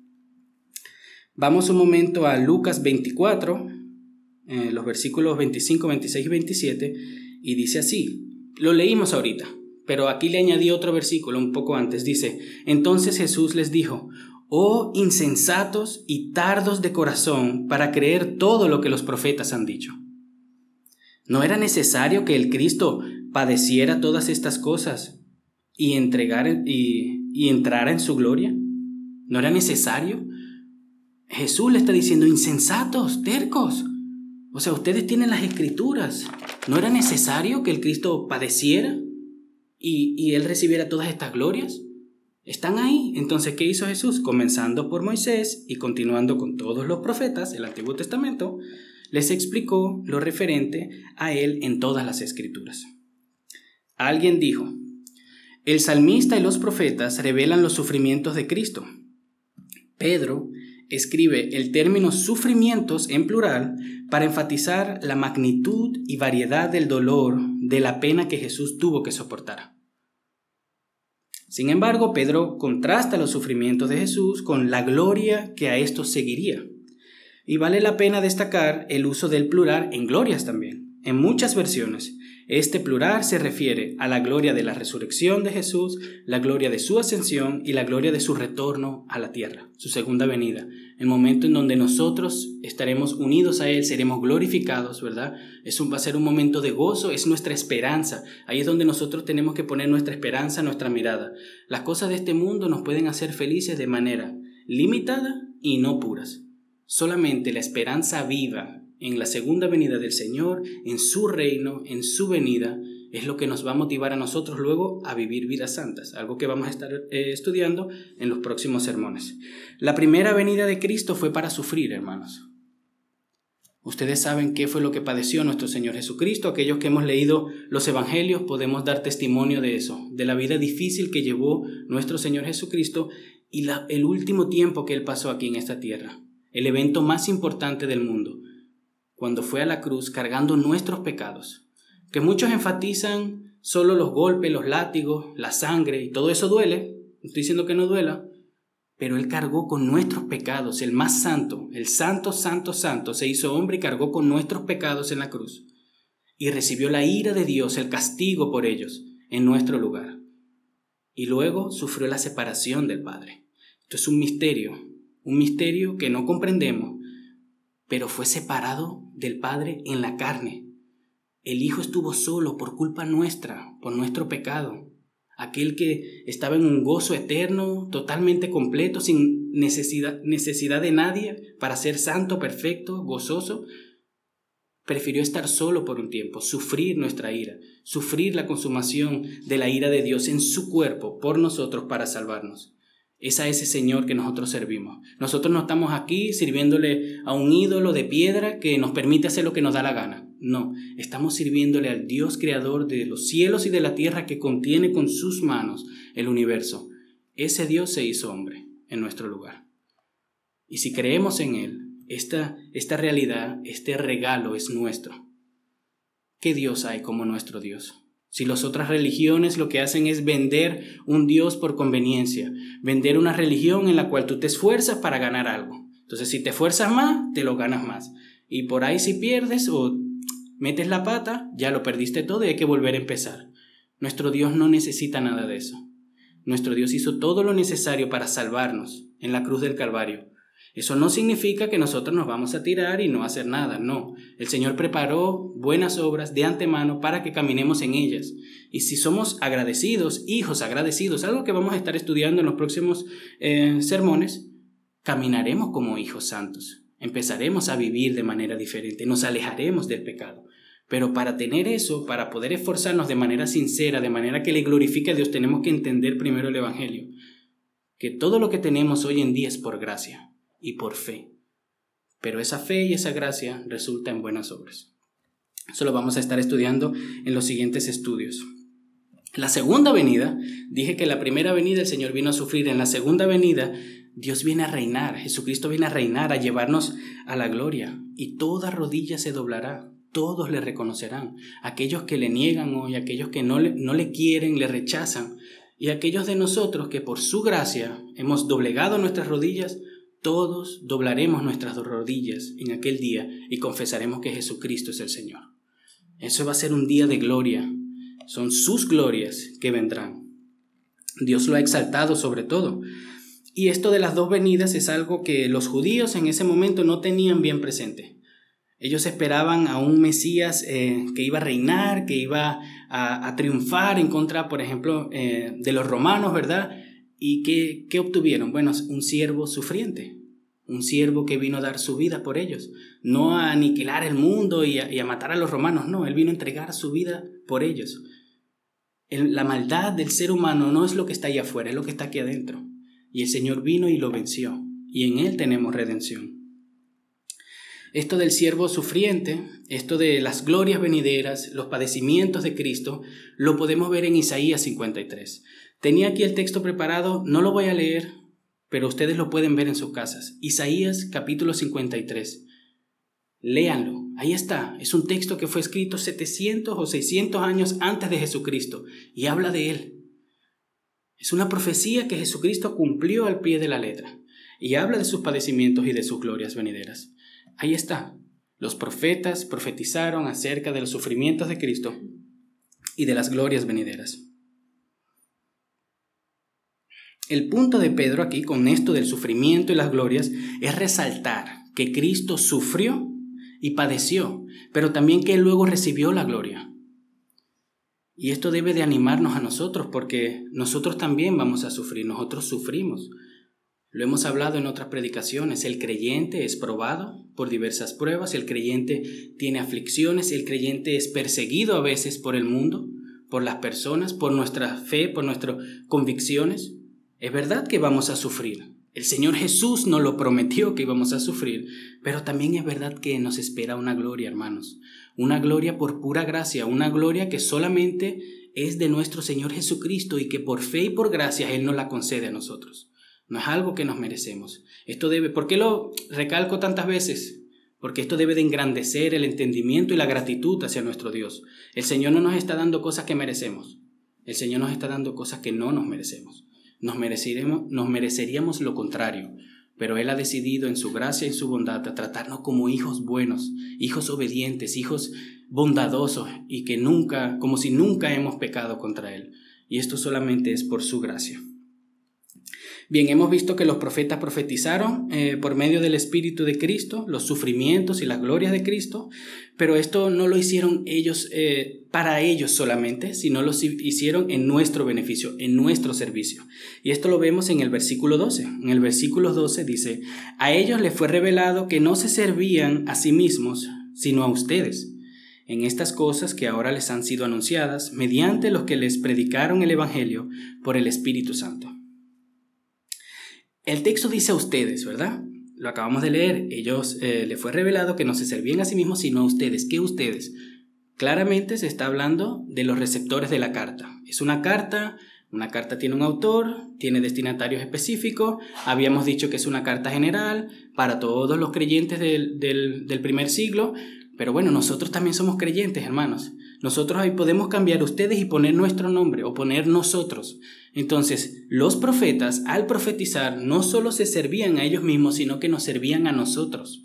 Vamos un momento a Lucas veinticuatro, eh, los versículos veinticinco, veintiséis y veintisiete, y dice así, lo leímos ahorita. Pero aquí le añadí otro versículo un poco antes. Dice, entonces Jesús les dijo, oh insensatos y tardos de corazón para creer todo lo que los profetas han dicho. ¿No era necesario que el Cristo padeciera todas estas cosas y, entregara, y, y entrara en su gloria? ¿No era necesario? Jesús le está diciendo, insensatos, tercos. O sea, ustedes tienen las escrituras. ¿No era necesario que el Cristo padeciera? Y, y Él recibiera todas estas glorias. Están ahí. Entonces, ¿qué hizo Jesús? Comenzando por Moisés y continuando con todos los profetas del Antiguo Testamento, les explicó lo referente a Él en todas las Escrituras. Alguien dijo, el salmista y los profetas revelan los sufrimientos de Cristo. Pedro escribe el término sufrimientos en plural para enfatizar la magnitud y variedad del dolor, de la pena que Jesús tuvo que soportar. Sin embargo, Pedro contrasta los sufrimientos de Jesús con la gloria que a estos seguiría. Y vale la pena destacar el uso del plural en glorias también. En muchas versiones, este plural se refiere a la gloria de la resurrección de Jesús, la gloria de su ascensión y la gloria de su retorno a la tierra, su segunda venida. El momento en donde nosotros estaremos unidos a Él, seremos glorificados, ¿verdad? Es un, va a ser un momento de gozo, es nuestra esperanza. Ahí es donde nosotros tenemos que poner nuestra esperanza, nuestra mirada. Las cosas de este mundo nos pueden hacer felices de manera limitada y no puras. Solamente la esperanza viva en la segunda venida del Señor, en su reino, en su venida, es lo que nos va a motivar a nosotros luego a vivir vidas santas, algo que vamos a estar eh, estudiando en los próximos sermones. La primera venida de Cristo fue para sufrir, hermanos. Ustedes saben qué fue lo que padeció nuestro Señor Jesucristo. Aquellos que hemos leído los evangelios podemos dar testimonio de eso, de la vida difícil que llevó nuestro Señor Jesucristo y la, el último tiempo que Él pasó aquí en esta tierra, el evento más importante del mundo, cuando fue a la cruz cargando nuestros pecados, que muchos enfatizan solo los golpes, los látigos, la sangre, y todo eso duele, no estoy diciendo que no duela, pero Él cargó con nuestros pecados, el más santo, el santo, santo, santo, se hizo hombre y cargó con nuestros pecados en la cruz, y recibió la ira de Dios, el castigo por ellos, en nuestro lugar, y luego sufrió la separación del Padre. Esto es un misterio, un misterio que no comprendemos, pero fue separado del Padre en la carne. El Hijo estuvo solo por culpa nuestra, por nuestro pecado. Aquel que estaba en un gozo eterno, totalmente completo, sin necesidad, necesidad de nadie para ser santo, perfecto, gozoso, prefirió estar solo por un tiempo, sufrir nuestra ira, sufrir la consumación de la ira de Dios en su cuerpo por nosotros para salvarnos. Es a ese Señor que nosotros servimos. Nosotros no estamos aquí sirviéndole a un ídolo de piedra que nos permite hacer lo que nos da la gana. No, estamos sirviéndole al Dios creador de los cielos y de la tierra que contiene con sus manos el universo. Ese Dios se hizo hombre en nuestro lugar. Y si creemos en Él, esta, esta realidad, este regalo es nuestro. ¿Qué Dios hay como nuestro Dios? Si las otras religiones lo que hacen es vender un Dios por conveniencia, vender una religión en la cual tú te esfuerzas para ganar algo. Entonces, si te esfuerzas más, te lo ganas más. Y por ahí si pierdes o metes la pata, ya lo perdiste todo y hay que volver a empezar. Nuestro Dios no necesita nada de eso. Nuestro Dios hizo todo lo necesario para salvarnos en la cruz del Calvario. Eso no significa que nosotros nos vamos a tirar y no hacer nada, no. El Señor preparó buenas obras de antemano para que caminemos en ellas. Y si somos agradecidos, hijos agradecidos, algo que vamos a estar estudiando en los próximos eh, sermones, caminaremos como hijos santos. Empezaremos a vivir de manera diferente, nos alejaremos del pecado. Pero para tener eso, para poder esforzarnos de manera sincera, de manera que le glorifique a Dios, tenemos que entender primero el Evangelio. Que todo lo que tenemos hoy en día es por gracia y por fe. Pero esa fe y esa gracia resulta en buenas obras. Eso lo vamos a estar estudiando en los siguientes estudios. La segunda venida, dije que la primera venida el Señor vino a sufrir. En la segunda venida, Dios viene a reinar. Jesucristo viene a reinar, a llevarnos a la gloria. Y toda rodilla se doblará. Todos le reconocerán. Aquellos que le niegan hoy, aquellos que no le, no le quieren, le rechazan. Y aquellos de nosotros que por su gracia hemos doblegado nuestras rodillas, todos doblaremos nuestras rodillas en aquel día y confesaremos que Jesucristo es el Señor. Eso va a ser un día de gloria. Son sus glorias que vendrán. Dios lo ha exaltado sobre todo. Y esto de las dos venidas es algo que los judíos en ese momento no tenían bien presente. Ellos esperaban a un Mesías eh, que iba a reinar, que iba a, a triunfar en contra, por ejemplo, eh, de los romanos, ¿verdad? ¿Y qué, qué obtuvieron? Bueno, un siervo sufriente, un siervo que vino a dar su vida por ellos, no a aniquilar el mundo y a, y a matar a los romanos, no, Él vino a entregar su vida por ellos. El, la maldad del ser humano no es lo que está ahí afuera, es lo que está aquí adentro. Y el Señor vino y lo venció, y en Él tenemos redención. Esto del siervo sufriente, esto de las glorias venideras, los padecimientos de Cristo, lo podemos ver en Isaías cincuenta y tres. Tenía aquí el texto preparado, no lo voy a leer, pero ustedes lo pueden ver en sus casas. Isaías capítulo cincuenta y tres. Léanlo, ahí está. Es un texto que fue escrito setecientos o seiscientos años antes de Jesucristo y habla de Él. Es una profecía que Jesucristo cumplió al pie de la letra y habla de sus padecimientos y de sus glorias venideras. Ahí está. Los profetas profetizaron acerca de los sufrimientos de Cristo y de las glorias venideras. El punto de Pedro aquí con esto del sufrimiento y las glorias es resaltar que Cristo sufrió y padeció, pero también que Él luego recibió la gloria. Y esto debe de animarnos a nosotros porque nosotros también vamos a sufrir, nosotros sufrimos. Lo hemos hablado en otras predicaciones, el creyente es probado por diversas pruebas, el creyente tiene aflicciones, el creyente es perseguido a veces por el mundo, por las personas, por nuestra fe, por nuestras convicciones. Es verdad que vamos a sufrir. El Señor Jesús nos lo prometió que íbamos a sufrir, pero también es verdad que nos espera una gloria, hermanos. Una gloria por pura gracia, una gloria que solamente es de nuestro Señor Jesucristo y que por fe y por gracia Él nos la concede a nosotros. No es algo que nos merecemos. Esto debe, ¿por qué lo recalco tantas veces? Porque esto debe de engrandecer el entendimiento y la gratitud hacia nuestro Dios. El Señor no nos está dando cosas que merecemos. El Señor nos está dando cosas que no nos merecemos. Nos mereceremos, nos mereceríamos lo contrario, pero Él ha decidido en su gracia y en su bondad a tratarnos como hijos buenos, hijos obedientes, hijos bondadosos y que nunca, como si nunca hemos pecado contra Él. Y esto solamente es por su gracia. Bien, hemos visto que los profetas profetizaron eh, por medio del Espíritu de Cristo, los sufrimientos y las glorias de Cristo, pero esto no lo hicieron ellos eh, para ellos solamente, sino lo hicieron en nuestro beneficio, en nuestro servicio. Y esto lo vemos en el versículo doce. En el versículo doce dice, a ellos les fue revelado que no se servían a sí mismos, sino a ustedes, en estas cosas que ahora les han sido anunciadas, mediante los que les predicaron el Evangelio por el Espíritu Santo. El texto dice a ustedes, ¿verdad? Lo acabamos de leer. Ellos eh, les fue revelado que no se servían a sí mismos, sino a ustedes. ¿Qué ustedes? Claramente se está hablando de los receptores de la carta. Es una carta, una carta tiene un autor, tiene destinatarios específicos. Habíamos dicho que es una carta general para todos los creyentes del, del, del primer siglo. Pero bueno, nosotros también somos creyentes, hermanos. Nosotros ahí podemos cambiar ustedes y poner nuestro nombre o poner nosotros. Entonces, los profetas al profetizar no solo se servían a ellos mismos, sino que nos servían a nosotros.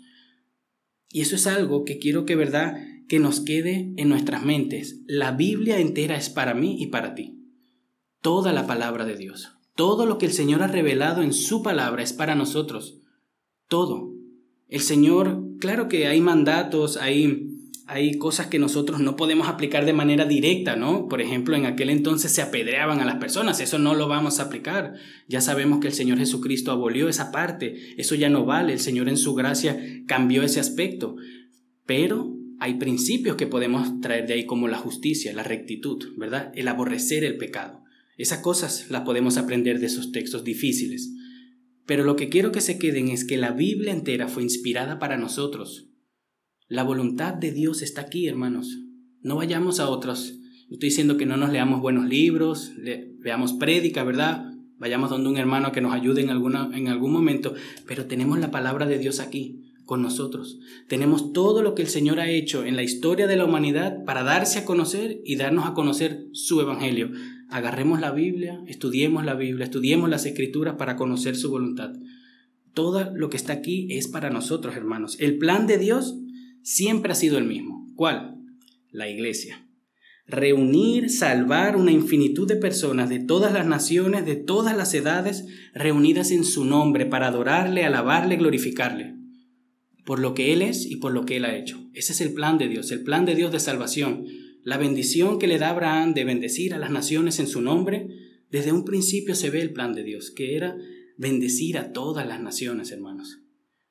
Y eso es algo que quiero que, verdad, que nos quede en nuestras mentes. La Biblia entera es para mí y para ti. Toda la palabra de Dios. Todo lo que el Señor ha revelado en su palabra es para nosotros. Todo. El Señor, claro que hay mandatos, hay... Hay cosas que nosotros no podemos aplicar de manera directa, ¿no? Por ejemplo, en aquel entonces se apedreaban a las personas. Eso no lo vamos a aplicar. Ya sabemos que el Señor Jesucristo abolió esa parte. Eso ya no vale. El Señor en su gracia cambió ese aspecto. Pero hay principios que podemos traer de ahí como la justicia, la rectitud, ¿verdad? El aborrecer el pecado. Esas cosas las podemos aprender de esos textos difíciles. Pero lo que quiero que se queden es que la Biblia entera fue inspirada para nosotros. La voluntad de Dios está aquí, hermanos. No vayamos a otros. No estoy diciendo que no nos leamos buenos libros, le, veamos prédica, ¿verdad? Vayamos donde un hermano que nos ayude en, alguna, en algún momento. Pero tenemos la palabra de Dios aquí, con nosotros. Tenemos todo lo que el Señor ha hecho en la historia de la humanidad para darse a conocer y darnos a conocer su evangelio. Agarremos la Biblia, estudiemos la Biblia, estudiemos las Escrituras para conocer su voluntad. Todo lo que está aquí es para nosotros, hermanos. El plan de Dios siempre ha sido el mismo. ¿Cuál? La iglesia. Reunir, salvar una infinitud de personas de todas las naciones, de todas las edades, reunidas en su nombre para adorarle, alabarle, glorificarle. Por lo que Él es y por lo que Él ha hecho. Ese es el plan de Dios, el plan de Dios de salvación. La bendición que le da a Abraham de bendecir a las naciones en su nombre, desde un principio se ve el plan de Dios, que era bendecir a todas las naciones, hermanos.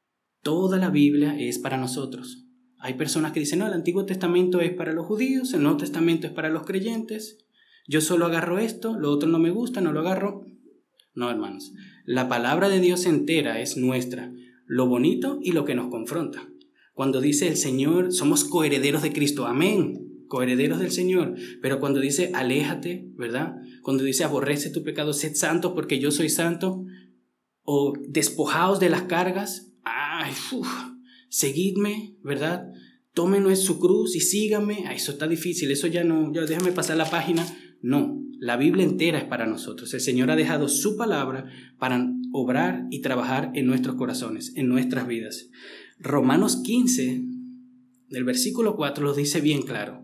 Toda la Biblia es para nosotros. Hay personas que dicen, no, el Antiguo Testamento es para los judíos, el Nuevo Testamento es para los creyentes. Yo solo agarro esto, lo otro no me gusta, no lo agarro. No, hermanos. La palabra de Dios entera es nuestra, lo bonito y lo que nos confronta. Cuando dice el Señor, somos coherederos de Cristo, amén, coherederos del Señor. Pero cuando dice, aléjate, ¿verdad? Cuando dice, aborrece tu pecado, sed santos porque yo soy santo, o despojaos de las cargas, ay, uf, seguidme, ¿verdad? Tómenos su cruz y síganme. Ah, eso está difícil, eso ya no, ya déjame pasar la página. No, La Biblia entera es para nosotros. El Señor ha dejado su palabra para obrar y trabajar en nuestros corazones, en nuestras vidas. Romanos quince, del versículo cuatro, lo dice bien claro.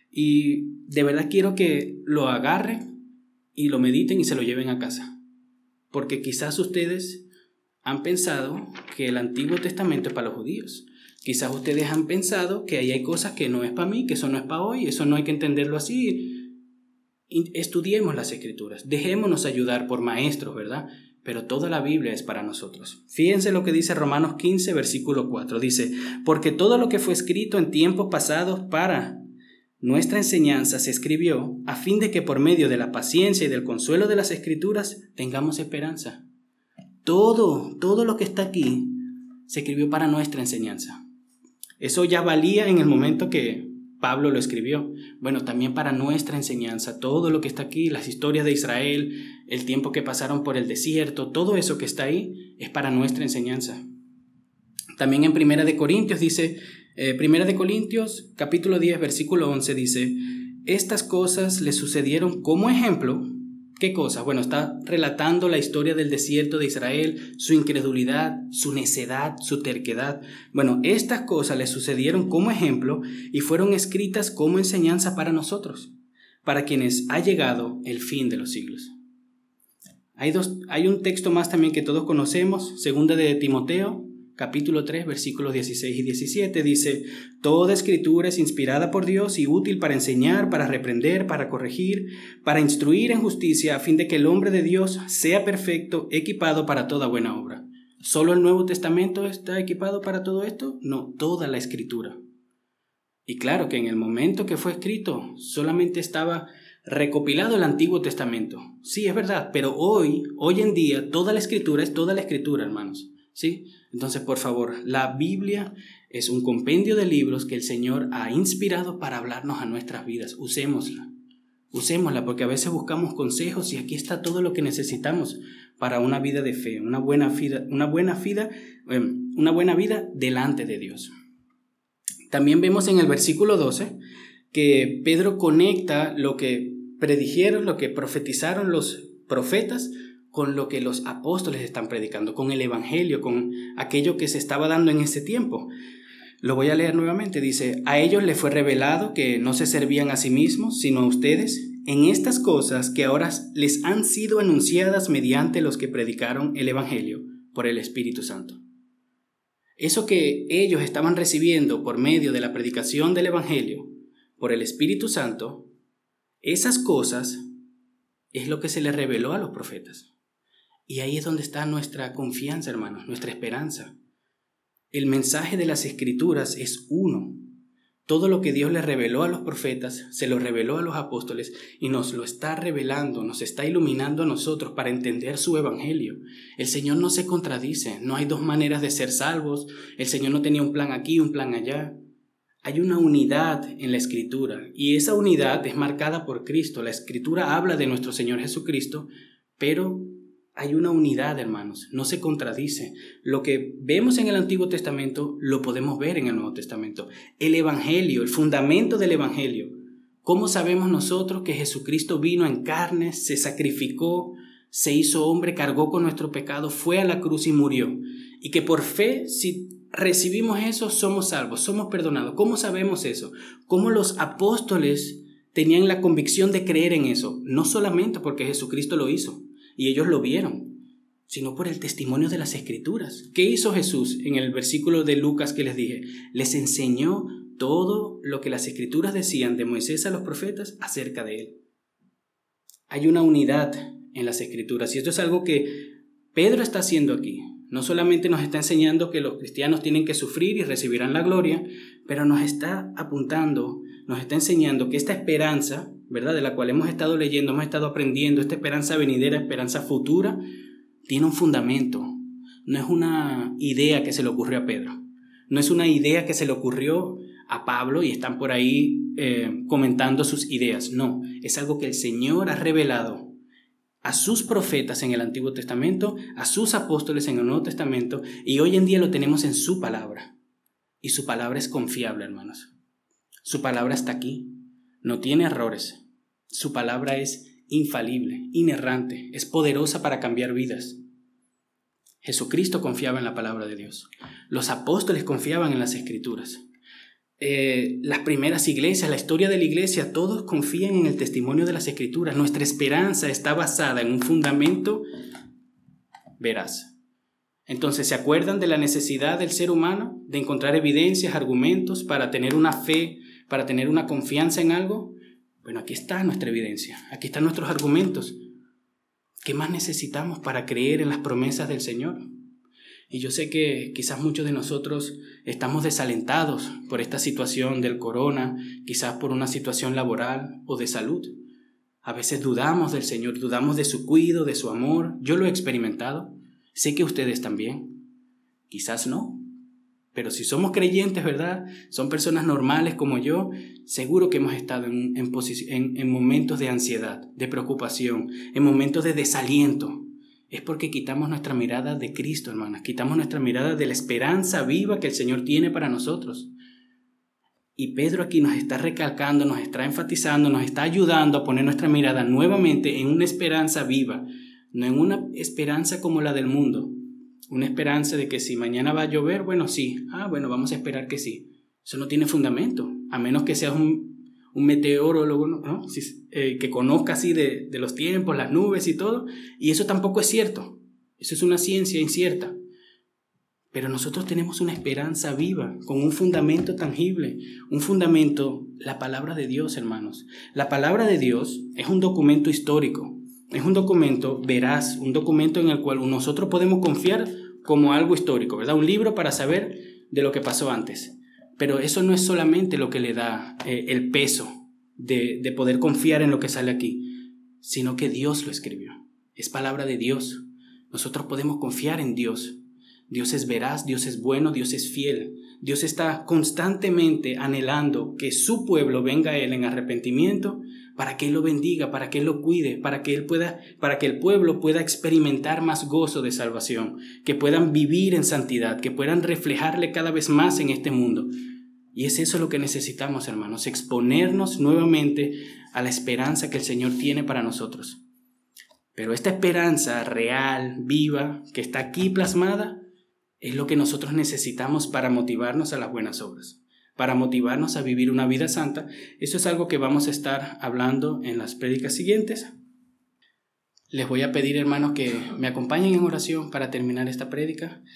Y de verdad quiero que lo agarren y lo mediten y se lo lleven a casa. Porque quizás ustedes han pensado que el Antiguo Testamento es para los judíos. Quizás ustedes han pensado que ahí hay cosas que no es para mí, que eso no es para hoy, eso no hay que entenderlo así. Estudiemos las Escrituras, dejémonos ayudar por maestros, ¿verdad? Pero toda la Biblia es para nosotros. Fíjense lo que dice Romanos quince, versículo cuatro. Dice, porque todo lo que fue escrito en tiempos pasados para nuestra enseñanza se escribió a fin de que por medio de la paciencia y del consuelo de las Escrituras tengamos esperanza. Todo, todo lo que está aquí se escribió para nuestra enseñanza. Eso ya valía en el momento que Pablo lo escribió. Bueno, también para nuestra enseñanza, todo lo que está aquí, las historias de Israel, el tiempo que pasaron por el desierto, todo eso que está ahí es para nuestra enseñanza. También en Primera de Corintios dice, eh, Primera de Corintios, capítulo diez, versículo once dice, estas cosas le sucedieron como ejemplo. ¿Qué cosas? Bueno, está relatando la historia del desierto de Israel, su incredulidad, su necedad, su terquedad. Bueno, estas cosas le sucedieron como ejemplo y fueron escritas como enseñanza para nosotros, para quienes ha llegado el fin de los siglos. Hay, dos, hay un texto más también que todos conocemos, segunda de Timoteo, capítulo tres, versículos dieciséis y diecisiete, dice, toda escritura es inspirada por Dios y útil para enseñar, para reprender, para corregir, para instruir en justicia, a fin de que el hombre de Dios sea perfecto, equipado para toda buena obra. ¿Solo el Nuevo Testamento está equipado para todo esto? No, toda la escritura. Y claro que en el momento que fue escrito, solamente estaba recopilado el Antiguo Testamento. Sí, es verdad, pero hoy, hoy en día, toda la escritura es toda la escritura, hermanos. ¿Sí? Entonces, por favor, la Biblia es un compendio de libros que el Señor ha inspirado para hablarnos a nuestras vidas. Usémosla, usémosla, porque a veces buscamos consejos y aquí está todo lo que necesitamos para una vida de fe, una buena vida, una buena vida, una buena vida delante de Dios. También vemos en el versículo doce que Pedro conecta lo que predijeron, lo que profetizaron los profetas con lo que los apóstoles están predicando, con el evangelio, con aquello que se estaba dando en ese tiempo. Lo voy a leer nuevamente. Dice, a ellos les fue revelado que no se servían a sí mismos, sino a ustedes, en estas cosas que ahora les han sido anunciadas mediante los que predicaron el evangelio por el Espíritu Santo. Eso que ellos estaban recibiendo por medio de la predicación del evangelio por el Espíritu Santo, esas cosas es lo que se les reveló a los profetas. Y ahí es donde está nuestra confianza, hermanos, nuestra esperanza. El mensaje de las Escrituras es uno. Todo lo que Dios le reveló a los profetas, se lo reveló a los apóstoles y nos lo está revelando, nos está iluminando a nosotros para entender su evangelio. El Señor no se contradice, no hay dos maneras de ser salvos, el Señor no tenía un plan aquí, un plan allá. Hay una unidad en la Escritura y esa unidad es marcada por Cristo. La Escritura habla de nuestro Señor Jesucristo, pero hay una unidad, hermanos, no se contradice. Lo que vemos en el Antiguo Testamento lo podemos ver en el Nuevo Testamento. El Evangelio, el fundamento del Evangelio. ¿Cómo sabemos nosotros que Jesucristo vino en carne, se sacrificó, se hizo hombre, cargó con nuestro pecado, fue a la cruz y murió? Y que por fe, si recibimos eso, somos salvos, somos perdonados. ¿Cómo sabemos eso? ¿Cómo los apóstoles tenían la convicción de creer en eso? No solamente porque Jesucristo lo hizo y ellos lo vieron, sino por el testimonio de las Escrituras. ¿Qué hizo Jesús en el versículo de Lucas que les dije? Les enseñó todo lo que las Escrituras decían de Moisés a los profetas acerca de él. Hay una unidad en las Escrituras y esto es algo que Pedro está haciendo aquí. No solamente nos está enseñando que los cristianos tienen que sufrir y recibirán la gloria, pero nos está apuntando, nos está enseñando que esta esperanza, ¿verdad?, de la cual hemos estado leyendo, hemos estado aprendiendo, esta esperanza venidera, esperanza futura, tiene un fundamento. No es una idea que se le ocurrió a Pedro. No es una idea que se le ocurrió a Pablo y están por ahí eh, comentando sus ideas. No, es algo que el Señor ha revelado a sus profetas en el Antiguo Testamento, a sus apóstoles en el Nuevo Testamento, y hoy en día lo tenemos en su palabra. Y su palabra es confiable, hermanos. Su palabra está aquí. No tiene errores. Su palabra es infalible, inerrante, es poderosa para cambiar vidas. Jesucristo confiaba en la palabra de Dios. Los apóstoles confiaban en las Escrituras. Eh, las primeras iglesias, la historia de la iglesia, todos confían en el testimonio de las Escrituras. Nuestra esperanza está basada en un fundamento veraz. Entonces, ¿se acuerdan de la necesidad del ser humano de encontrar evidencias, argumentos para tener una fe, para tener una confianza en algo? Bueno, aquí está nuestra evidencia, aquí están nuestros argumentos. ¿Qué más necesitamos para creer en las promesas del Señor? Y yo sé que quizás muchos de nosotros estamos desalentados por esta situación del corona, quizás por una situación laboral o de salud. A veces dudamos del Señor, dudamos de su cuidado, de su amor. Yo lo he experimentado. Sé que ustedes también. Quizás no. Pero si somos creyentes, ¿verdad? Son personas normales como yo. Seguro que hemos estado en, en, en, en momentos de ansiedad, de preocupación, en momentos de desaliento. Es porque quitamos nuestra mirada de Cristo, hermanas. Quitamos nuestra mirada de la esperanza viva que el Señor tiene para nosotros. Y Pedro aquí nos está recalcando, nos está enfatizando, nos está ayudando a poner nuestra mirada nuevamente en una esperanza viva, no en una esperanza como la del mundo. Una esperanza de que si mañana va a llover, bueno, sí. Ah, bueno, vamos a esperar que sí. Eso no tiene fundamento, a menos que seas un, un meteorólogo, ¿no? Sí, eh, que conozca así de, de los tiempos, las nubes y todo. Y eso tampoco es cierto. Eso es una ciencia incierta. Pero nosotros tenemos una esperanza viva, con un fundamento tangible. Un fundamento, la palabra de Dios, hermanos. La palabra de Dios es un documento histórico. Es un documento veraz, un documento en el cual nosotros podemos confiar como algo histórico, ¿verdad? Un libro para saber de lo que pasó antes. Pero eso no es solamente lo que le da eh, el peso de, de poder confiar en lo que sale aquí, sino que Dios lo escribió. Es palabra de Dios. Nosotros podemos confiar en Dios. Dios es veraz, Dios es bueno, Dios es fiel. Dios está constantemente anhelando que su pueblo venga a Él en arrepentimiento para que Él lo bendiga, para que Él lo cuide, para que Él pueda, para que el pueblo pueda experimentar más gozo de salvación, que puedan vivir en santidad, que puedan reflejarle cada vez más en este mundo. Y es eso lo que necesitamos, hermanos, exponernos nuevamente a la esperanza que el Señor tiene para nosotros. Pero esta esperanza real, viva, que está aquí plasmada, es lo que nosotros necesitamos para motivarnos a las buenas obras, para motivarnos a vivir una vida santa. Eso es algo que vamos a estar hablando en las prédicas siguientes. Les voy a pedir, hermanos, que me acompañen en oración para terminar esta prédica.